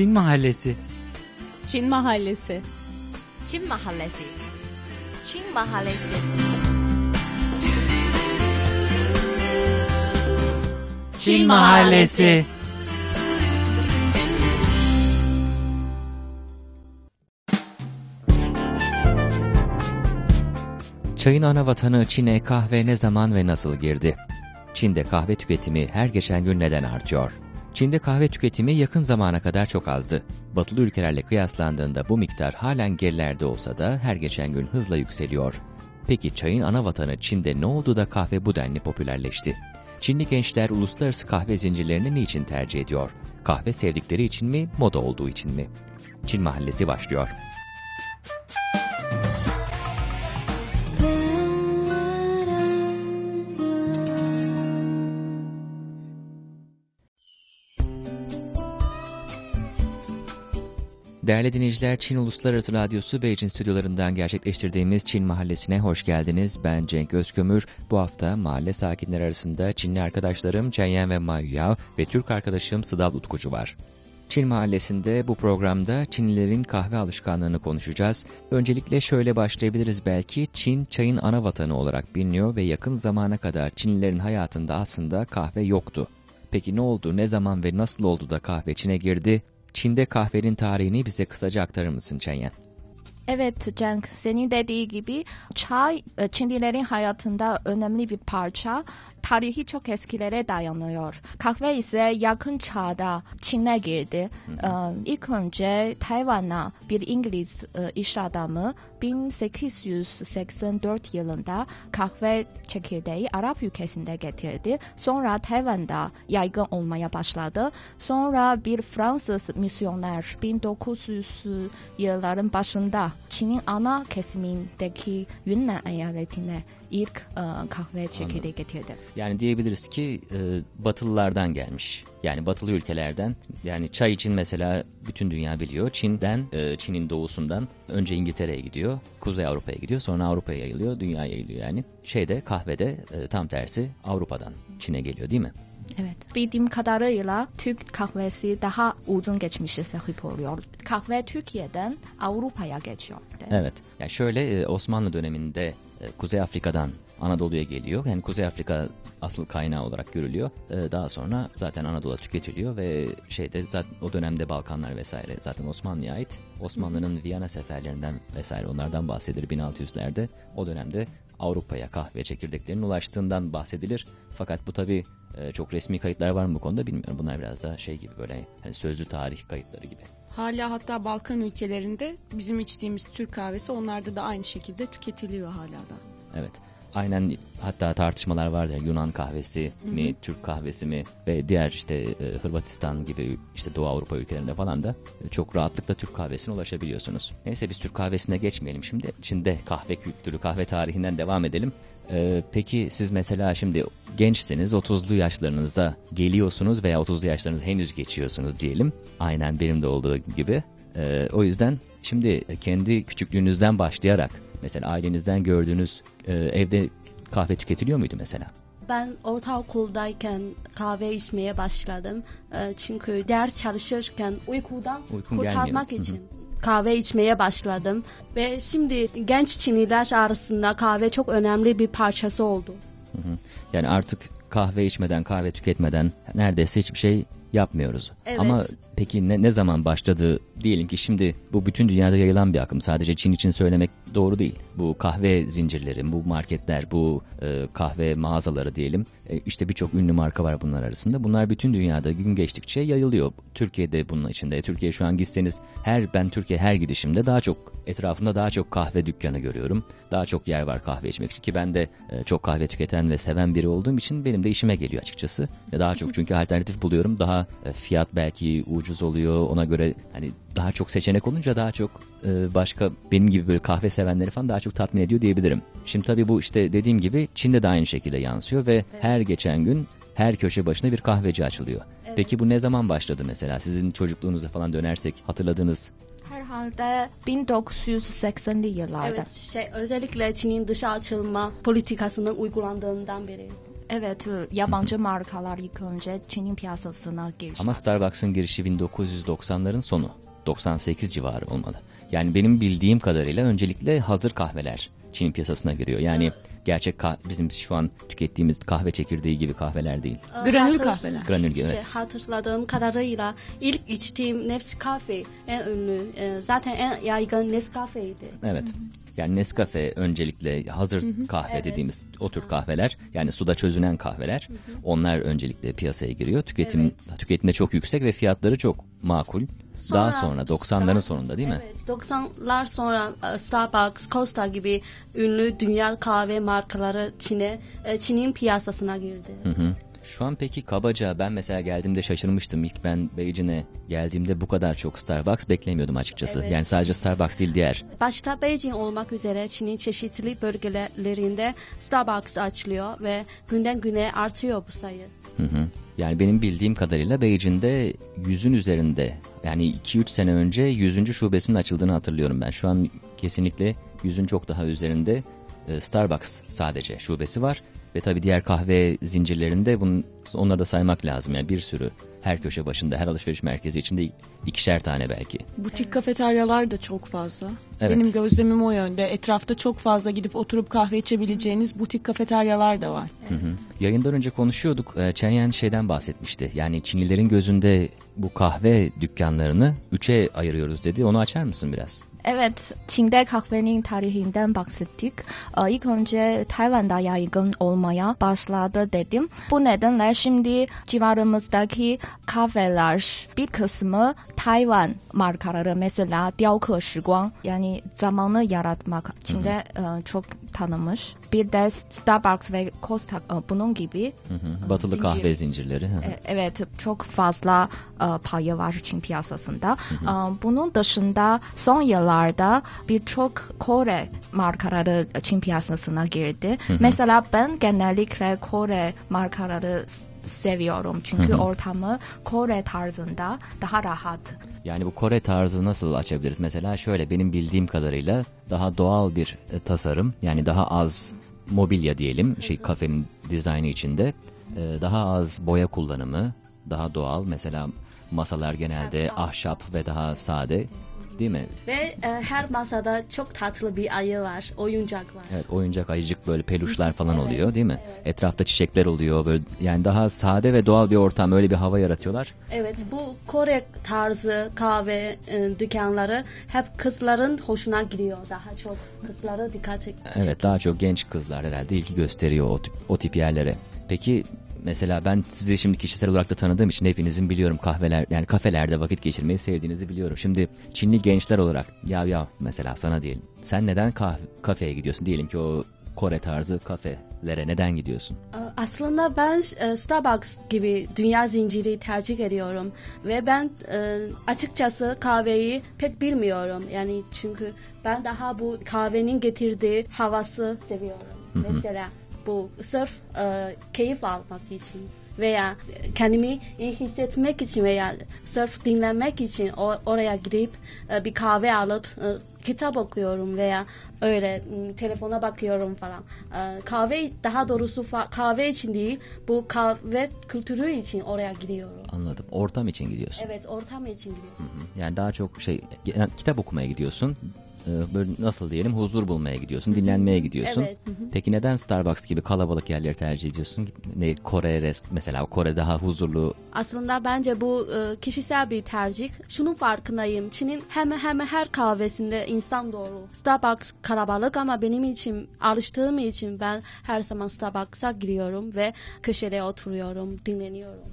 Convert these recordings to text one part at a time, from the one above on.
Çin Mahallesi. Çin Mahallesi. Çin Mahallesi. Çin Mahallesi. Çin Mahallesi. Çayın ana vatanı Çin'e kahve ne zaman ve nasıl girdi? Çin'de kahve tüketimi her geçen gün neden artıyor? Çin'de kahve tüketimi yakın zamana kadar çok azdı. Batılı ülkelerle kıyaslandığında bu miktar halen gerilerde olsa da her geçen gün hızla yükseliyor. Peki çayın ana vatanı Çin'de ne oldu da kahve bu denli popülerleşti? Çinli gençler uluslararası kahve zincirlerini niçin tercih ediyor? Kahve sevdikleri için mi, moda olduğu için mi? Çin Mahallesi başlıyor. Değerli dinleyiciler, Çin Uluslararası Radyosu Beijing stüdyolarından gerçekleştirdiğimiz Çin Mahallesi'ne hoş geldiniz. Ben Cenk Özkömür. Bu hafta mahalle sakinleri arasında Çinli arkadaşlarım Chen ve Mayu Yao ve Türk arkadaşım Sıdal Utkucu var. Çin Mahallesi'nde bu programda Çinlilerin kahve alışkanlığını konuşacağız. Öncelikle şöyle başlayabiliriz belki. Çin, çayın ana vatanı olarak biliniyor ve yakın zamana kadar Çinlilerin hayatında aslında kahve yoktu. Peki ne oldu, ne zaman ve nasıl oldu da kahve Çin'e girdi? Çin'de kahvenin tarihini bize kısaca aktarır mısın Chen? Evet Cenk, senin dediği gibi çay Çinlilerin hayatında önemli bir parça. Tarihi çok eskilere dayanıyor. Kahve ise yakın çağda Çin'e girdi. İlk önce Tayvan'a bir İngiliz iş adamı 1884 yılında kahve çekirdeği Arap ülkesinde getirdi. Sonra Tayvan'da yaygın olmaya başladı. Sonra bir Fransız misyoner 1900 yılların başında Çin'in ana kesimindeki Yunnan eyaletine ilk kahve çekirdeği getirdi. Yani diyebiliriz ki Batılılardan gelmiş. Yani batılı ülkelerden. Yani çay için mesela bütün dünya biliyor. Çin'den, Çin'in doğusundan önce İngiltere'ye gidiyor. Kuzey Avrupa'ya gidiyor. Sonra Avrupa'ya yayılıyor. Dünyaya yayılıyor yani. Kahvede tam tersi Avrupa'dan Çin'e geliyor değil mi? Evet. Bildiğim kadarıyla Türk kahvesi daha uzun geçmişe sahip oluyor. Kahve Türkiye'den Avrupa'ya geçiyor. Evet. Yani şöyle Osmanlı döneminde Kuzey Afrika'dan Anadolu'ya geliyor. Yani Kuzey Afrika asıl kaynağı olarak görülüyor. Daha sonra zaten Anadolu'da tüketiliyor ve zaten o dönemde Balkanlar vesaire zaten Osmanlı'ya ait. Osmanlı'nın Viyana seferlerinden vesaire onlardan bahsedilir 1600'lerde. O dönemde Avrupa'ya kahve çekirdeklerinin ulaştığından bahsedilir. Fakat bu tabii çok resmi kayıtlar var mı bu konuda bilmiyorum. Bunlar biraz daha gibi böyle hani sözlü tarih kayıtları gibi. Hala hatta Balkan ülkelerinde bizim içtiğimiz Türk kahvesi onlarda da aynı şekilde tüketiliyor hala da. Evet. Aynen, hatta tartışmalar vardır. Yunan kahvesi mi, Türk kahvesi mi ve diğer Hırvatistan gibi Doğu Avrupa ülkelerinde falan da çok rahatlıkla Türk kahvesine ulaşabiliyorsunuz. Neyse biz Türk kahvesine geçmeyelim şimdi. Çin'de kahve kültürü, kahve tarihinden devam edelim. Peki siz mesela şimdi gençsiniz, 30'lu yaşlarınıza geliyorsunuz veya 30'lu yaşlarınızı henüz geçiyorsunuz diyelim. Aynen benim de olduğu gibi. O yüzden şimdi kendi küçüklüğünüzden başlayarak mesela ailenizden gördüğünüz evde kahve tüketiliyor muydu mesela? Ben ortaokuldayken kahve içmeye başladım. Çünkü ders çalışırken uykudan kurtarmak için kahve içmeye başladım. Ve şimdi genç Çinliler arasında kahve çok önemli bir parçası oldu. Yani artık kahve içmeden, kahve tüketmeden neredeyse hiçbir şey yapmıyoruz. Evet. Ama peki ne zaman başladı? Diyelim ki şimdi bu bütün dünyada yayılan bir akım. Sadece Çin için söylemek doğru değil. Bu kahve zincirleri, bu marketler, bu kahve mağazaları diyelim. Birçok ünlü marka var bunlar arasında. Bunlar bütün dünyada gün geçtikçe yayılıyor. Türkiye'de bunun içinde. Türkiye'ye şu an gitseniz ben Türkiye her gidişimde etrafımda daha çok kahve dükkanı görüyorum. Daha çok yer var kahve içmek için ki ben de çok kahve tüketen ve seven biri olduğum için benim de işime geliyor açıkçası. Daha çok çünkü alternatif buluyorum. Daha fiyat belki ucuz oluyor. Ona göre hani daha çok seçenek olunca daha çok başka benim gibi böyle kahve sevenleri falan daha çok tatmin ediyor diyebilirim. Şimdi tabii bu dediğim gibi Çin'de de aynı şekilde yansıyor ve her geçen gün her köşe başına bir kahveci açılıyor. Evet. Peki bu ne zaman başladı mesela? Sizin çocukluğunuza falan dönersek hatırladığınız. Herhalde 1980'li yıllarda. Evet, özellikle Çin'in dışa açılma politikasının uygulandığından beri. Evet, yabancı markalar ilk önce Çin'in piyasasına girişti. Ama Starbucks'ın girişi 1990'ların sonu. 98 civarı olmalı. Yani benim bildiğim kadarıyla öncelikle hazır kahveler Çin piyasasına giriyor. Yani gerçek bizim şu an tükettiğimiz kahve çekirdeği gibi kahveler değil. Granül kahveler. Granül gibi, evet. Hatırladığım kadarıyla ilk içtiğim Nescafe en ünlü, zaten en yaygın Nescafe'ydi. Evet. Yani Nescafe öncelikle hazır kahve dediğimiz o tür kahveler, yani suda çözünen kahveler, onlar öncelikle piyasaya giriyor. Tüketimi çok yüksek ve fiyatları çok makul. Daha sonra 90'ların sonunda değil mi? Evet, 90'lar sonra Starbucks, Costa gibi ünlü dünya kahve markaları Çin'in piyasasına girdi. Şu an peki kabaca ben mesela geldiğimde şaşırmıştım. İlk ben Beijing'e geldiğimde bu kadar çok Starbucks beklemiyordum açıkçası. Evet. Yani sadece Starbucks değil, diğer. Başta Beijing olmak üzere Çin'in çeşitli bölgelerinde Starbucks açılıyor ve günden güne artıyor bu sayı. Yani benim bildiğim kadarıyla Beijing'de 100'ün üzerinde, yani 2-3 sene önce 100. şubesinin açıldığını hatırlıyorum ben. Şu an kesinlikle 100'ün çok daha üzerinde Starbucks sadece şubesi var. Ve tabii diğer kahve zincirlerinde onları da saymak lazım. Yani bir sürü, her köşe başında, her alışveriş merkezi içinde ikişer tane belki. Butik kafeteryalar da çok fazla. Evet. Benim gözlemim o yönde. Etrafta çok fazla gidip oturup kahve içebileceğiniz butik kafeteryalar da var. Yayından önce konuşuyorduk. Chen Yan şeyden bahsetmişti. Yani Çinlilerin gözünde bu kahve dükkanlarını 3'e ayırıyoruz dedi. Onu açar mısın biraz? Evet, Çin'de kahvenin tarihinden bahsettik. İlk önce Tayvan'da yaygın olmaya başladı dedim. Bu nedenle şimdi civarımızdaki kahveler bir kısmı Tayvan markaları, mesela Diaoke Shiguang, yani zamanı yaratmak Çin'de çok tanınmış. Bir de Starbucks ve Costa bunun gibi batılı kahve zincirleri. Evet, çok fazla payı var Çin piyasasında. Bunun dışında son yıllarda birçok Kore markaları Çin piyasasına girdi. Mesela ben genellikle Kore markaları seviyorum. Çünkü ortamı Kore tarzında daha rahat. Yani bu Kore tarzı nasıl açabiliriz? Mesela şöyle, benim bildiğim kadarıyla daha doğal bir tasarım, yani daha az mobilya diyelim, kafenin dizaynı içinde daha az boya kullanımı, daha doğal. Mesela masalar genelde ahşap ve daha sade, değil mi? Ve her masada çok tatlı bir ayı var, oyuncak var. Evet, oyuncak ayıcık, böyle peluşlar falan oluyor, değil mi? Evet. Etrafta çiçekler oluyor, böyle, yani daha sade ve doğal bir ortam, öyle bir hava yaratıyorlar. Evet, bu Kore tarzı kahve dükkanları hep kızların hoşuna gidiyor, daha çok kızlara dikkat çekiyor. Evet, daha çok genç kızlar herhalde ilgi gösteriyor o tip yerlere. Peki mesela ben sizi şimdi kişisel olarak da tanıdığım için hepinizin biliyorum yani kafelerde vakit geçirmeyi sevdiğinizi biliyorum. Şimdi Çinli gençler olarak ya mesela sana diyelim, sen neden kafeye gidiyorsun? Diyelim ki o Kore tarzı kafelere neden gidiyorsun? Aslında ben Starbucks gibi dünya zinciri tercih ediyorum ve ben açıkçası kahveyi pek bilmiyorum. Yani çünkü ben daha bu kahvenin getirdiği havası seviyorum. Mesela bu sırf keyif almak için veya kendimi iyi hissetmek için veya sırf dinlenmek için oraya gidip bir kahve alıp kitap okuyorum veya öyle telefona bakıyorum falan. Kahve, daha doğrusu kahve için değil, bu kahve kültürü için oraya gidiyorum. Anladım. Ortam için gidiyorsun. Evet, ortam için gidiyorum. Yani daha çok kitap okumaya gidiyorsun. Böyle nasıl diyelim, huzur bulmaya gidiyorsun, dinlenmeye gidiyorsun. Evet. Peki neden Starbucks gibi kalabalık yerleri tercih ediyorsun? Kore mesela, Kore daha huzurlu. Aslında bence bu kişisel bir tercih. Şunun farkındayım. Çin'in hemen her kahvesinde insan dolu. Starbucks kalabalık ama benim için, alıştığım için ben her zaman Starbucks'a giriyorum ve köşede oturuyorum, dinleniyorum.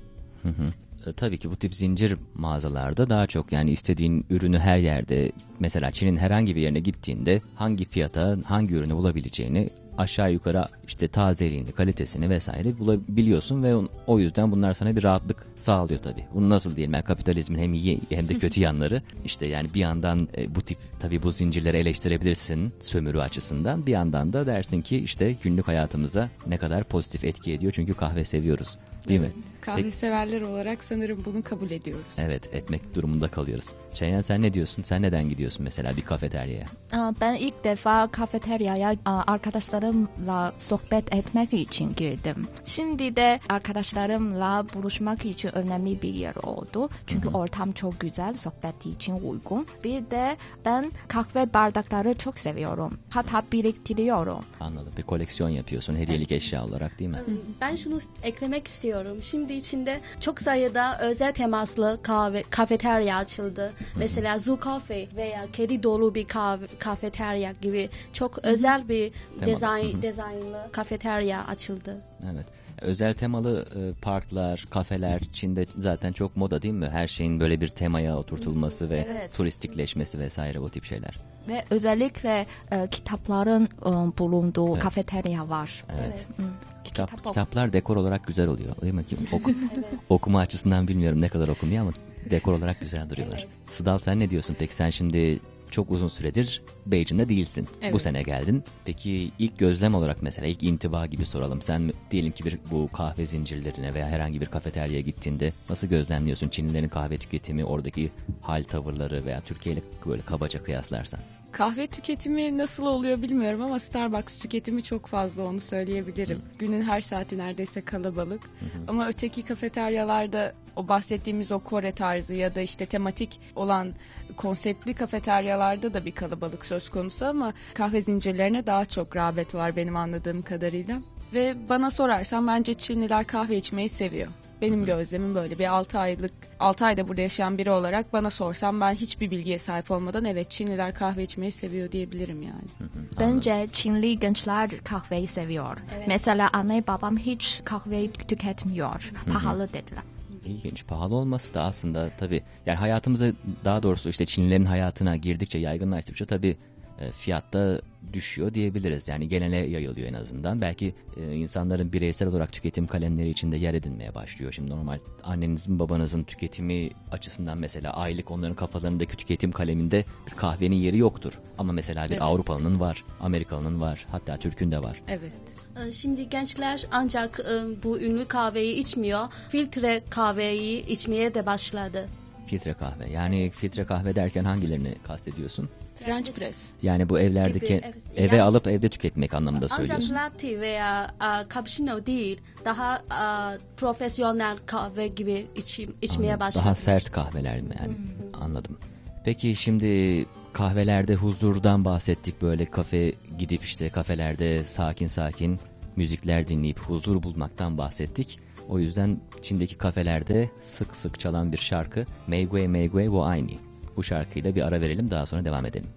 Tabii ki bu tip zincir mağazalarda daha çok, yani istediğin ürünü her yerde, mesela Çin'in herhangi bir yerine gittiğinde hangi fiyata hangi ürünü bulabileceğini, aşağı yukarı işte tazeliğini, kalitesini vesaire bulabiliyorsun ve o yüzden bunlar sana bir rahatlık sağlıyor tabii. Bunu nasıl diyelim, yani kapitalizmin hem iyi hem de kötü yanları. İşte yani bir yandan bu tip, tabii bu zincirleri eleştirebilirsin sömürü açısından. Bir yandan da dersin ki işte günlük hayatımıza ne kadar pozitif etki ediyor, çünkü kahve seviyoruz. Değil mi? Kahve Peki. severler olarak sanırım bunu kabul ediyoruz. Evet, etmek durumunda kalıyoruz. Çeyen sen ne diyorsun? Sen neden gidiyorsun mesela bir kafeteryaya? Ben ilk defa kafeteryaya arkadaşlarımla sohbet etmek için girdim. Şimdi de arkadaşlarımla buluşmak için önemli bir yer oldu. Çünkü ortam çok güzel, sohbet için uygun. Bir de ben kahve bardakları çok seviyorum. Hatta biriktiriyorum. Anladım. Bir koleksiyon yapıyorsun hediyelik eşya olarak, değil mi? Ben şunu eklemek istiyorum. Şimdi içinde çok sayıda özel temaslı kafeterya açıldı. Mesela Zoo Cafe veya kedi dolu bir kafeterya gibi çok özel bir dizaynlı kafeterya açıldı. Evet. Özel temalı parklar, kafeler Çin'de zaten çok moda, değil mi? Her şeyin böyle bir temaya oturtulması ve Evet. turistikleşmesi vesaire, o tip şeyler. Ve özellikle kitapların bulunduğu kafeterya var. Evet. Evet. Kitaplar dekor olarak güzel oluyor, değil mi? Okuma açısından bilmiyorum ne kadar okunuyor ama dekor olarak güzel duruyorlar. Sıdal, sen ne diyorsun? Peki sen şimdi çok uzun süredir Beijing'de değilsin. Evet. Bu sene geldin. Peki ilk gözlem olarak mesela ilk intiba gibi soralım. Sen diyelim ki bu kahve zincirlerine veya herhangi bir kafeteryaya gittiğinde nasıl gözlemliyorsun Çinlilerin kahve tüketimi, oradaki hal tavırları veya Türkiye ile böyle kabaca kıyaslarsan? Kahve tüketimi nasıl oluyor bilmiyorum ama Starbucks tüketimi çok fazla, onu söyleyebilirim. Günün her saati neredeyse kalabalık. Ama öteki kafeteryalarda o bahsettiğimiz o Kore tarzı ya da işte tematik olan konseptli kafeteryalarda da bir kalabalık söz konusu ama kahve zincirlerine daha çok rağbet var benim anladığım kadarıyla. Ve bana sorarsan bence Çinliler kahve içmeyi seviyor. Benim gözlemim böyle. Bir 6 ayda burada yaşayan biri olarak bana sorsam ben hiçbir bilgiye sahip olmadan evet Çinliler kahve içmeyi seviyor diyebilirim yani. Bence Çinli gençler kahveyi seviyor. Evet. Mesela anne babam hiç kahve tüketmiyor. Pahalı dediler. İlginç. Pahalı olması da aslında tabii yani hayatımıza, daha doğrusu işte Çinlilerin hayatına girdikçe, yaygınlaştıkça tabii fiyatta düşüyor diyebiliriz. Yani genele yayılıyor en azından. Belki insanların bireysel olarak tüketim kalemleri içinde yer edinmeye başlıyor. Şimdi normal annenizin babanızın tüketimi açısından mesela aylık onların kafalarındaki tüketim kaleminde bir kahvenin yeri yoktur. Ama mesela bir Evet. Avrupalı'nın var, Amerikalı'nın var, hatta Türk'ün de var. Evet. Şimdi gençler ancak bu ünlü kahveyi içmiyor, filtre kahveyi içmeye de başladı. Filtre kahve. Yani filtre kahve derken hangilerini kastediyorsun? French press. Yani bu evlerdeki Gibi, evet. eve Yani- alıp evde tüketmek anlamında Ancak söylüyorsun. latte veya cappuccino değil, daha profesyonel kahve gibi içmeye başladı. Daha sert kahveler mi yani? Anladım. Peki şimdi kahvelerde huzurdan bahsettik, böyle gidip işte kafelerde sakin sakin müzikler dinleyip huzur bulmaktan bahsettik. O yüzden Çin'deki kafelerde sık sık çalan bir şarkı Mei Gui Mei Gui Wo Ai Ni. Bu şarkıyla bir ara verelim, daha sonra devam edelim.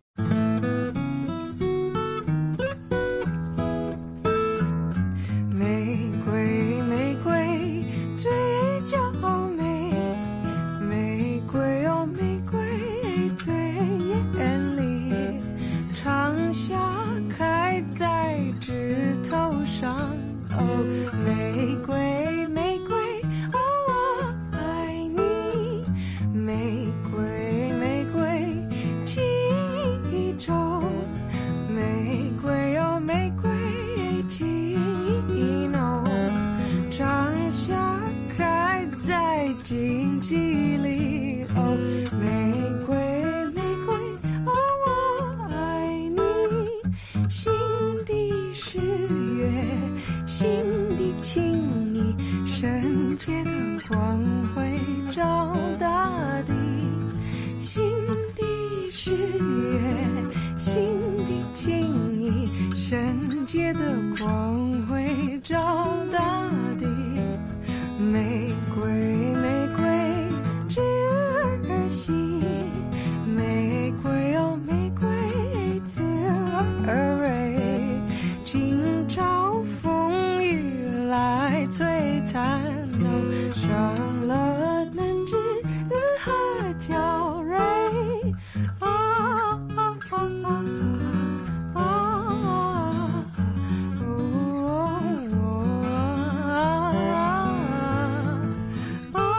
玫瑰，玫瑰最娇美，玫瑰哦，玫瑰最艳丽，长夏开在枝头上。哦，玫瑰，玫瑰，哦，我爱你，玫瑰，玫瑰记忆中，玫瑰哦，玫瑰记忆浓，长夏开在荆棘里。哦，玫瑰，玫瑰，哦，我爱你，心底是月，心底请你，圣洁的光辉照大地，心底是月，心底请你，圣洁的光辉照大地。玫瑰，玫瑰之儿媳，玫瑰哦，玫瑰子儿蕊，今朝风雨来摧残，哦，伤了嫩枝和娇蕊。啊啊啊啊啊啊！哦哦啊啊啊！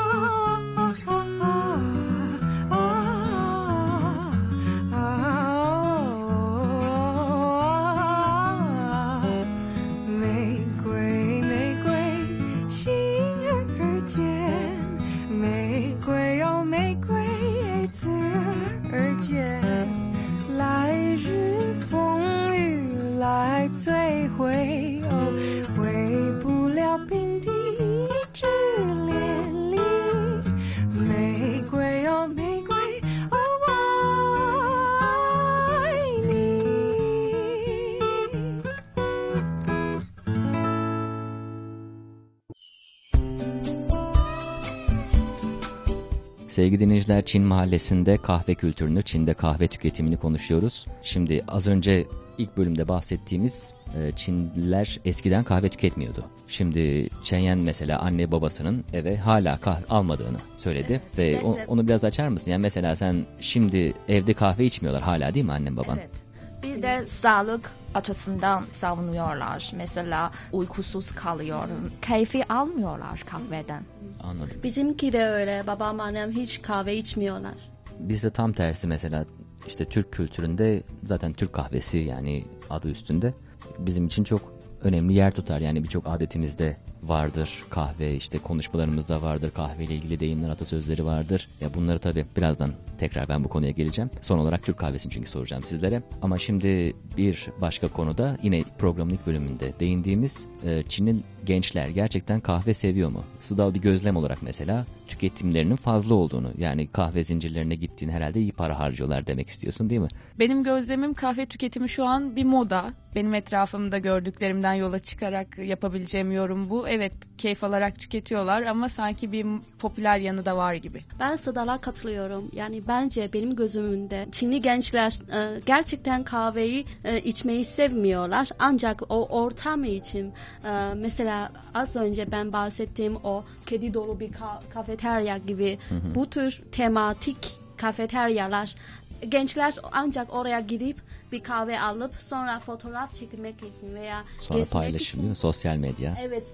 Sevgili dinleyiciler, Çin Mahallesi'nde kahve kültürünü, Çin'de kahve tüketimini konuşuyoruz. Şimdi az önce ilk bölümde bahsettiğimiz Çinliler eskiden kahve tüketmiyordu. Şimdi Chen Yan mesela anne babasının eve hala kahve almadığını söyledi. Ve onu biraz açar mısın? Yani mesela sen şimdi evde kahve içmiyorlar hala, değil mi annen baban? Evet. Bir de sağlık açısından savunuyorlar. Mesela uykusuz kalıyor. Keyfi almıyorlar kahveden. Anladım. Bizimki de öyle. Babam annem hiç kahve içmiyorlar. Bizde tam tersi mesela, işte Türk kültüründe zaten Türk kahvesi, yani adı üstünde, bizim için çok önemli yer tutar. Yani birçok adetimizde vardır kahve, işte konuşmalarımızda vardır, kahveyle ilgili deyimler, atasözleri vardır. Ya bunları tabii birazdan tekrar ben bu konuya geleceğim. Son olarak Türk kahvesini çünkü soracağım sizlere. Ama şimdi bir başka konuda, yine programın ilk bölümünde değindiğimiz Çin'in gençler gerçekten kahve seviyor mu? Sıdal bir gözlem olarak mesela tüketimlerinin fazla olduğunu, yani kahve zincirlerine gittiğin herhalde iyi para harcıyorlar demek istiyorsun, değil mi? Benim gözlemim kahve tüketimi şu an bir moda. Benim etrafımda gördüklerimden yola çıkarak yapabileceğim yorum bu. Evet, keyif alarak tüketiyorlar ama sanki bir popüler yanı da var gibi. Ben Sadal'a katılıyorum. Yani bence benim gözümünde Çinli gençler gerçekten kahveyi içmeyi sevmiyorlar. Ancak o ortam için mesela az önce ben bahsettiğim o kedi dolu bir kafeterya gibi bu tür tematik kafeteryalar, gençler ancak oraya gidip bir kahve alıp sonra fotoğraf çekmek için veya sonra paylaşılıyor sosyal medya. Evet,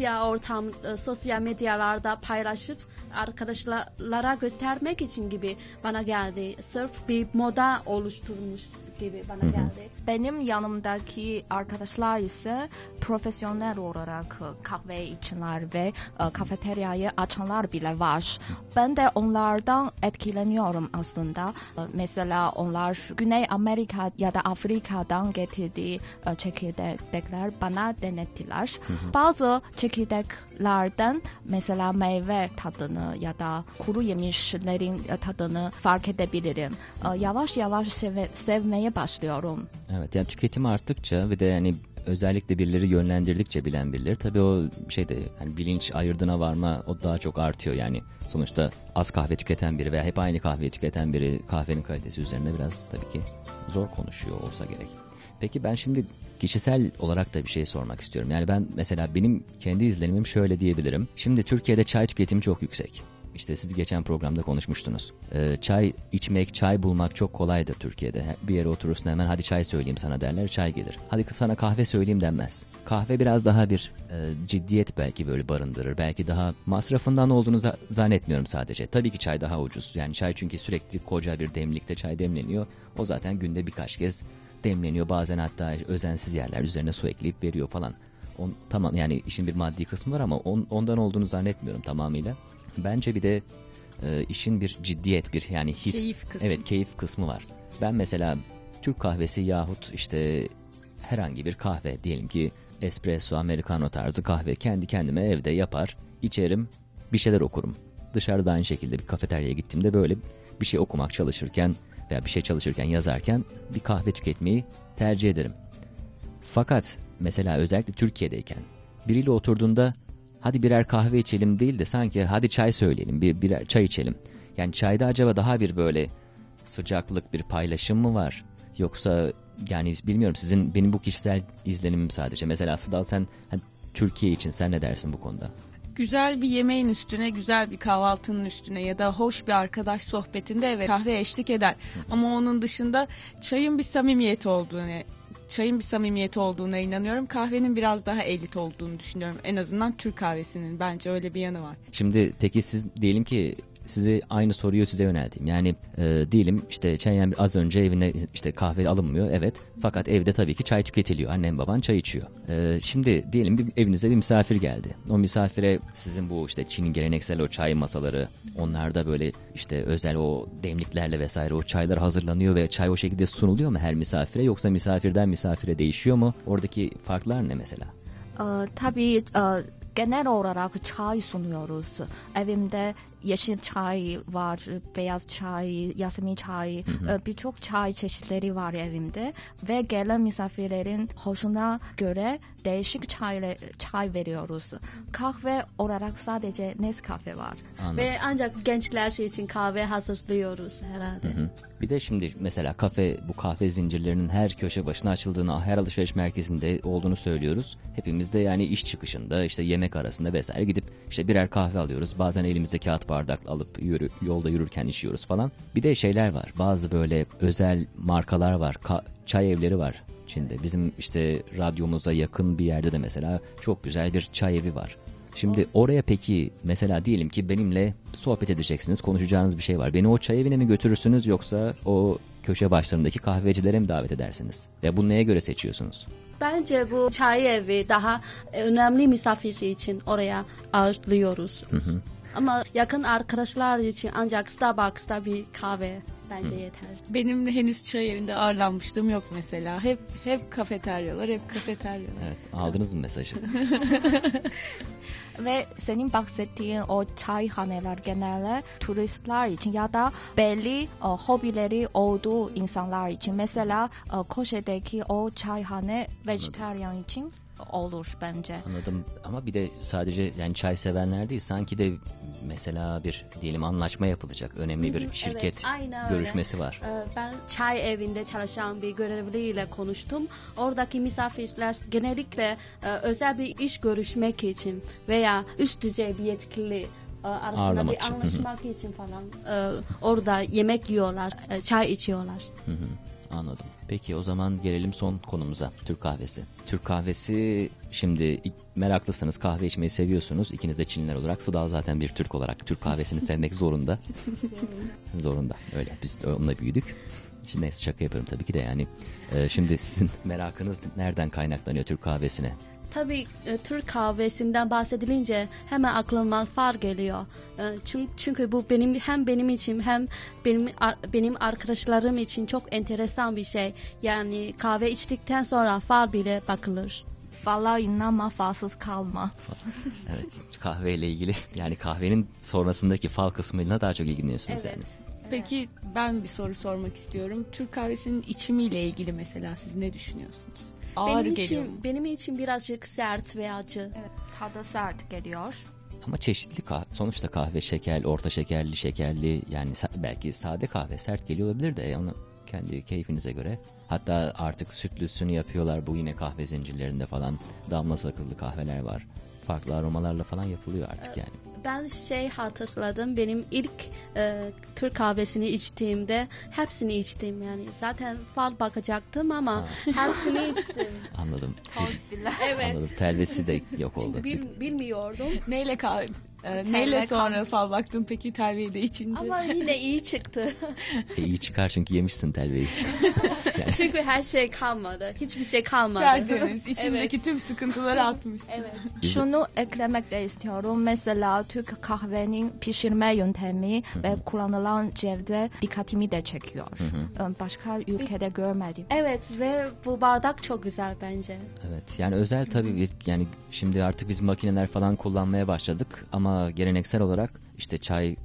sosyal medyalarda paylaşıp arkadaşlara göstermek için gibi bana geldi. Sırf bir moda oluşturmuş gibi bana geldi. Benim yanımdaki arkadaşlar ise profesyonel olarak kahve içenler ve kafeteryayı açanlar bile var. Ben de onlardan etkileniyorum aslında. Mesela onlar Güney Amerika ya da Afrika'dan getirdiği çekirdekler bana denettiler. Bazı çekirdeklerden mesela meyve tadını ya da kuru yemişlerin tadını fark edebilirim. Yavaş yavaş sevmeye başlıyorum. Evet, yani tüketim arttıkça ve de yani özellikle birileri yönlendirdikçe bilen birileri, tabii o şeyde hani bilinç ayırdığına varma o daha çok artıyor. Yani sonuçta az kahve tüketen biri veya hep aynı kahveyi tüketen biri kahvenin kalitesi üzerine biraz tabii ki zor konuşuyor olsa gerek. Peki ben şimdi kişisel olarak da bir şey sormak istiyorum. Yani ben mesela benim kendi izlenimim şöyle diyebilirim. Şimdi Türkiye'de çay tüketimi çok yüksek. İşte siz geçen programda konuşmuştunuz. Çay içmek, çay bulmak çok kolaydır Türkiye'de. Bir yere oturursun, hemen hadi çay söyleyeyim sana derler, çay gelir. Hadi sana kahve söyleyeyim denmez. Kahve biraz daha bir ciddiyet belki böyle barındırır. Belki daha masrafından olduğunu zannetmiyorum sadece. Tabii ki çay daha ucuz. Yani çay çünkü sürekli koca bir demlikte çay demleniyor. O zaten günde birkaç kez demleniyor. Bazen hatta özensiz yerler üzerine su ekleyip veriyor falan. Tamam, yani işin bir maddi kısmı var ama ondan olduğunu zannetmiyorum tamamıyla. Bence bir de işin bir ciddiyet, bir yani his, keyif kısmı. Evet, keyif kısmı var. Ben mesela Türk kahvesi yahut işte herhangi bir kahve, diyelim ki espresso, americano tarzı kahve kendi kendime evde yapar, içerim, bir şeyler okurum. Dışarıda aynı şekilde bir kafeteryaya gittiğimde böyle bir şey okumak çalışırken veya bir şey çalışırken, yazarken bir kahve tüketmeyi tercih ederim. Fakat mesela özellikle Türkiye'deyken biriyle oturduğunda hadi birer kahve içelim değil de sanki hadi çay söyleyelim, birer çay içelim. Yani çayda acaba daha bir böyle sıcaklık, bir paylaşım mı var? Yoksa yani bilmiyorum, benim bu kişisel izlenimim sadece. Mesela Sıdal, sen Türkiye için sen ne dersin bu konuda? Güzel bir yemeğin üstüne, güzel bir kahvaltının üstüne ya da hoş bir arkadaş sohbetinde evet kahve eşlik eder. Ama onun dışında çayın bir samimiyeti olduğuna inanıyorum. Kahvenin biraz daha elit olduğunu düşünüyorum. En azından Türk kahvesinin bence öyle bir yanı var. Şimdi peki siz, diyelim ki size aynı soruyu size yönelteyim. Yani diyelim işte Chen Yan az önce evine işte kahve alınmıyor, evet. Fakat evde tabii ki çay tüketiliyor. Annem baban çay içiyor. Şimdi diyelim evinize bir misafir geldi. O misafire sizin bu işte Çin'in geleneksel o çay masaları, onlarda böyle işte özel o demliklerle vesaire o çaylar hazırlanıyor ve çay o şekilde sunuluyor mu her misafire, yoksa misafirden misafire değişiyor mu? Oradaki farklar ne mesela? Tabii genel olarak çay sunuyoruz. Evimde yeşil çay var, beyaz çay, yasemin çay, birçok çay çeşitleri var evimde ve gelen misafirlerin hoşuna göre değişik çay veriyoruz. Kahve olarak sadece Nescafe var. Anladım. Ve ancak gençler için kahve hazırlıyoruz herhalde. Hı. Bir de şimdi mesela bu kahve zincirlerinin her köşe başına açıldığını, her alışveriş merkezinde olduğunu söylüyoruz. Hepimiz de yani iş çıkışında, işte yemek arasında vesaire gidip işte birer kahve alıyoruz. Bazen elimizde kağıt bardak alıp yolda yürürken içiyoruz falan. Bir de şeyler var. Bazı böyle özel markalar var. Çay evleri var Çin'de. Bizim işte radyomuza yakın bir yerde de mesela çok güzel bir çay evi var. Şimdi oraya peki mesela diyelim ki benimle sohbet edeceksiniz, konuşacağınız bir şey var. Beni o çay evine mi götürürsünüz yoksa o köşe başlarındaki kahvecilere mi davet edersiniz? Ve bunu neye göre seçiyorsunuz? Bence bu çay evi daha önemli misafir için oraya ağırlıyoruz. Ama yakın arkadaşlar için ancak Starbucks'ta bir kahve bence yeter. Benim de henüz çay evinde ağırlanmışlığım yok mesela. Hep kafeteryalar. Evet, aldınız mı mesajı? Ve senin bahsettiğin o çayhaneler genelde turistler için ya da belli hobileri olduğu insanlar için. Mesela Koşe'deki o çayhane vejetaryen için olur bence. Anladım ama bir de sadece yani çay sevenler değil, sanki de mesela bir diyelim anlaşma yapılacak. Önemli bir şirket görüşmesi var. Ben çay evinde çalışan bir görevliyle konuştum. Oradaki misafirler genellikle özel bir iş görüşmek için veya üst düzey bir yetkili arasında Ağırlamak bir için. anlaşmak için falan orada yemek yiyorlar, çay içiyorlar. Anladım. Peki o zaman gelelim son konumuza. Türk kahvesi. Türk kahvesi, şimdi meraklısınız, kahve içmeyi seviyorsunuz. İkiniz de Çinliler olarak. Sıdal zaten bir Türk olarak Türk kahvesini sevmek zorunda. Zorunda. Öyle. Biz de onunla büyüdük. Şimdi neyse, şaka yapıyorum tabii ki de yani. Şimdi sizin merakınız nereden kaynaklanıyor Türk kahvesine? Tabii Türk kahvesinden bahsedilince hemen aklıma fal geliyor. Çünkü bu benim için hem benim arkadaşlarım için çok enteresan bir şey. Yani kahve içtikten sonra fal bile bakılır. Fala inanma, falsız kalma. Evet, kahveyle ilgili yani kahvenin sonrasındaki fal kısmıyla daha çok ilgileniyorsunuz yani. Peki ben bir soru sormak istiyorum. Türk kahvesinin içimiyle ilgili mesela siz ne düşünüyorsunuz? Ağır geliyor mu? Benim için birazcık sert ve acı. Evet, tadı sert geliyor. Ama çeşitli sonuçta kahve şekerli, orta şekerli, şekerli, yani belki sade kahve sert geliyor olabilir de onu kendi keyfinize göre. Hatta artık sütlüsünü yapıyorlar, bu yine kahve zincirlerinde falan. Damla sakızlı kahveler var. Farklı aromalarla falan yapılıyor artık yani. Ben hatırladım, benim ilk Türk kahvesini içtiğimde hepsini içtim yani. Zaten fal bakacaktım ama hepsini içtim. Anladım. Evet. Anladım. Telvesi de yok oldu. Bilmiyordum. Neyle sonra fal baktın peki telveyi de içince? Ama yine iyi çıktı. İyi çıkar çünkü yemişsin telveyi. Yani. Çünkü her şey kalmadı. Hiçbir şey kalmadı. Tertemiz. İçindeki tüm sıkıntıları atmışsın. Evet. Şunu eklemek de istiyorum. Mesela Türk kahvenin pişirme yöntemi ve kullanılan cevde dikkatimi de çekiyor. Başka ülkede görmedim. Evet ve bu bardak çok güzel bence. Evet, yani özel tabii, yani şimdi artık biz makineler falan kullanmaya başladık ama geleneksel olarak işte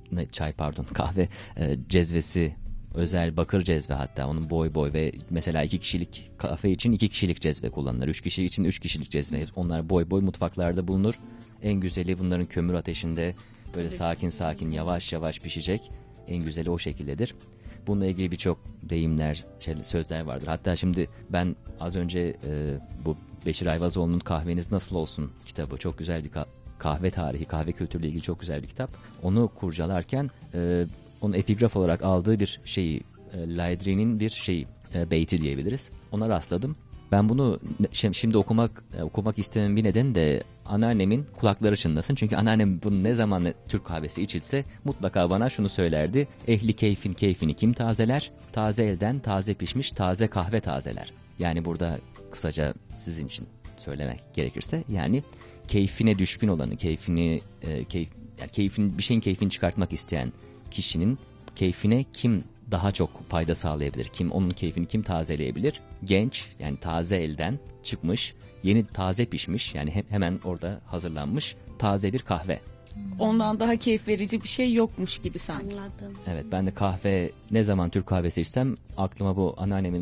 kahve cezvesi, özel bakır cezve, hatta onun boy ve mesela 2 kişilik kahve için 2 kişilik cezve kullanılır. 3 kişi için 3 kişilik cezve. Onlar boy mutfaklarda bulunur. En güzeli bunların kömür ateşinde böyle sakin yavaş pişecek. En güzeli o şekildedir. Bununla ilgili birçok deyimler, sözler vardır. Hatta şimdi ben az önce bu Beşir Ayvazoğlu'nun Kahveniz Nasıl Olsun kitabı, çok güzel bir kahve tarihi, kahve kültürüyle ilgili çok güzel bir kitap. Onu kurcalarken onun epigraf olarak aldığı bir şeyi, Laedri'nin bir şeyi, beyti diyebiliriz. Ona rastladım. Ben bunu şimdi okumak istememin bir nedeni de anneannemin kulakları çınlasın. Çünkü anneannem bunu ne zaman Türk kahvesi içilse mutlaka bana şunu söylerdi. Ehli keyfin keyfini kim tazeler? Taze elden taze pişmiş taze kahve tazeler. Yani burada kısaca sizin için söylemek gerekirse yani keyfine düşkün olanı, bir şeyin keyfini çıkartmak isteyen kişinin keyfine kim daha çok fayda sağlayabilir? Onun keyfini kim tazeleyebilir? Genç, yani taze elden çıkmış, yeni taze pişmiş, yani hemen orada hazırlanmış taze bir kahve. Ondan daha keyif verici bir şey yokmuş gibi sanki. Anladım. Evet, ben de kahve, ne zaman Türk kahvesi içsem aklıma bu anneannemin bu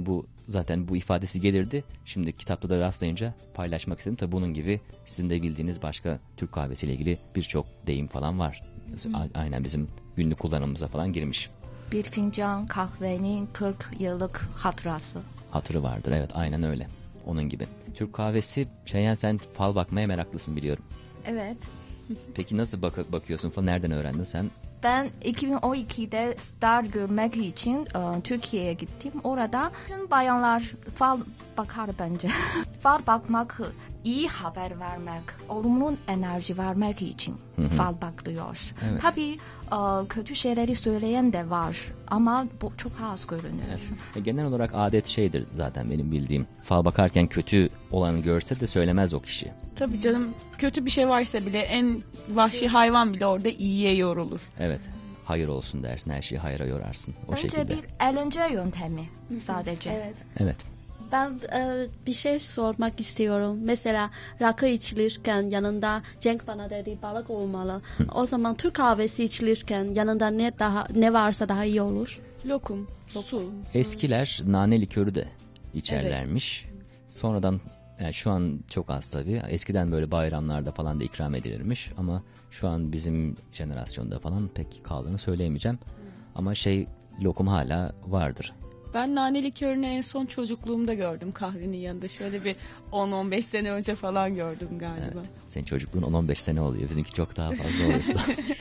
zaten bu ifadesi gelirdi. Şimdi kitapta da rastlayınca paylaşmak istedim. Tabii bunun gibi sizin de bildiğiniz başka Türk kahvesiyle ilgili birçok deyim falan var. Aynen bizim günlük kullanımımıza falan girmiş. Bir fincan kahvenin 40 yıllık hatırası. Hatırı vardır, evet, aynen öyle. Onun gibi. Türk kahvesi, Şeyhan, sen fal bakmaya meraklısın biliyorum. Evet. Peki nasıl bakıyorsun falan, nereden öğrendin sen? Ben 2012'de star görmek için Türkiye'ye gittim. Orada bütün bayanlar fal bakar bence. Fal bakmak, iyi haber vermek, olumlu enerji vermek için fal bakılıyor. Evet. Tabii kötü şeyleri söyleyen de var ama bu çok az görünür. Evet. Genel olarak adet şeydir zaten benim bildiğim. Fal bakarken kötü olanı görse de söylemez o kişi. Tabii canım, kötü bir şey varsa bile en vahşi hayvan bile orada iyiye yorulur. Evet. Hayır olsun dersin, her şeyi hayra yorarsın. O bence şekilde. Bir eğlence yöntemi sadece. Evet. Evet. Ben bir şey sormak istiyorum. Mesela rakı içilirken yanında Cenk bana dedi balık olmalı. O zaman Türk kahvesi içilirken yanında ne varsa daha iyi olur? Lokum, su. Eskiler nane likörü de içerlermiş. Evet. Sonradan, yani şu an çok az tabii. Eskiden böyle bayramlarda falan da ikram edilirmiş. Ama şu an bizim jenerasyonda falan pek kaldığını söyleyemeyeceğim. Ama lokum hala vardır. Ben nane likörünü en son çocukluğumda gördüm kahvenin yanında. Şöyle bir 10-15 sene önce falan gördüm galiba. Evet. Senin çocukluğun 10-15 sene oluyor. Bizimki çok daha fazla oluyor.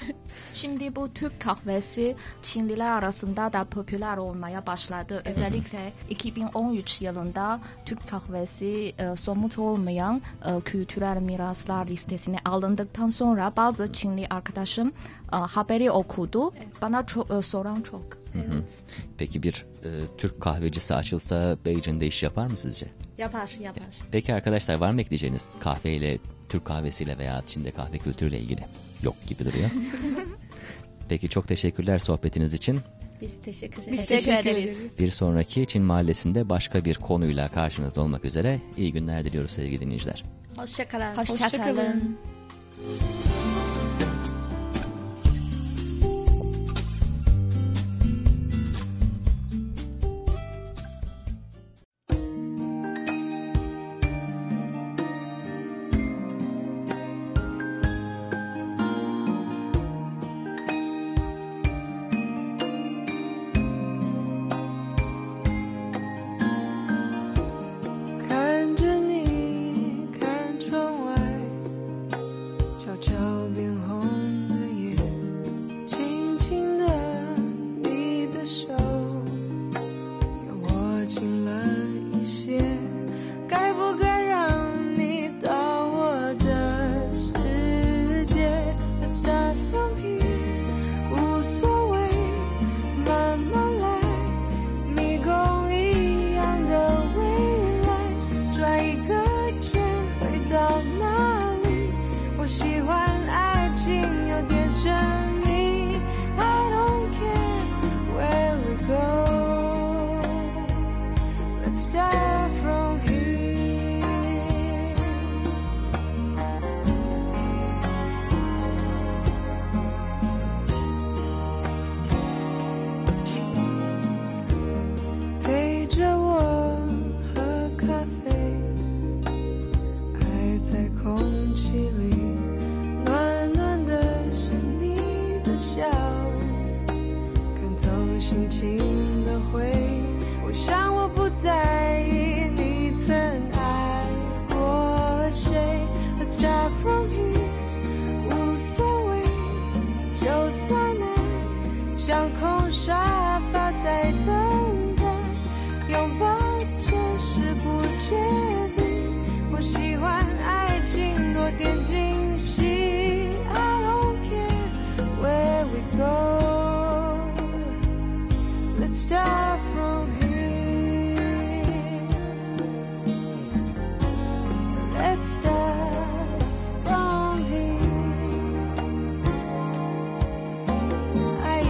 Şimdi bu Türk kahvesi Çinliler arasında da popüler olmaya başladı. Özellikle 2013 yılında Türk kahvesi somut olmayan kültürel miraslar listesine alındıktan sonra bazı Çinli arkadaşım haberi okudu. Bana soran çok. Evet. Peki bir Türk kahvecisi açılsa Beijing'de iş yapar mı sizce? Yapar. Peki arkadaşlar, var mı ekleyeceğiniz kahveyle, Türk kahvesiyle veya Çin'de kahve kültürüyle ilgili? Yok gibi duruyor. Peki çok teşekkürler sohbetiniz için. Biz teşekkür ederiz. Bir sonraki Çin Mahallesi'nde başka bir konuyla karşınızda olmak üzere. İyi günler diliyoruz sevgili dinleyiciler. Hoşçakalın.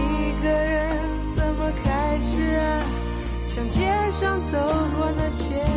街上走过那些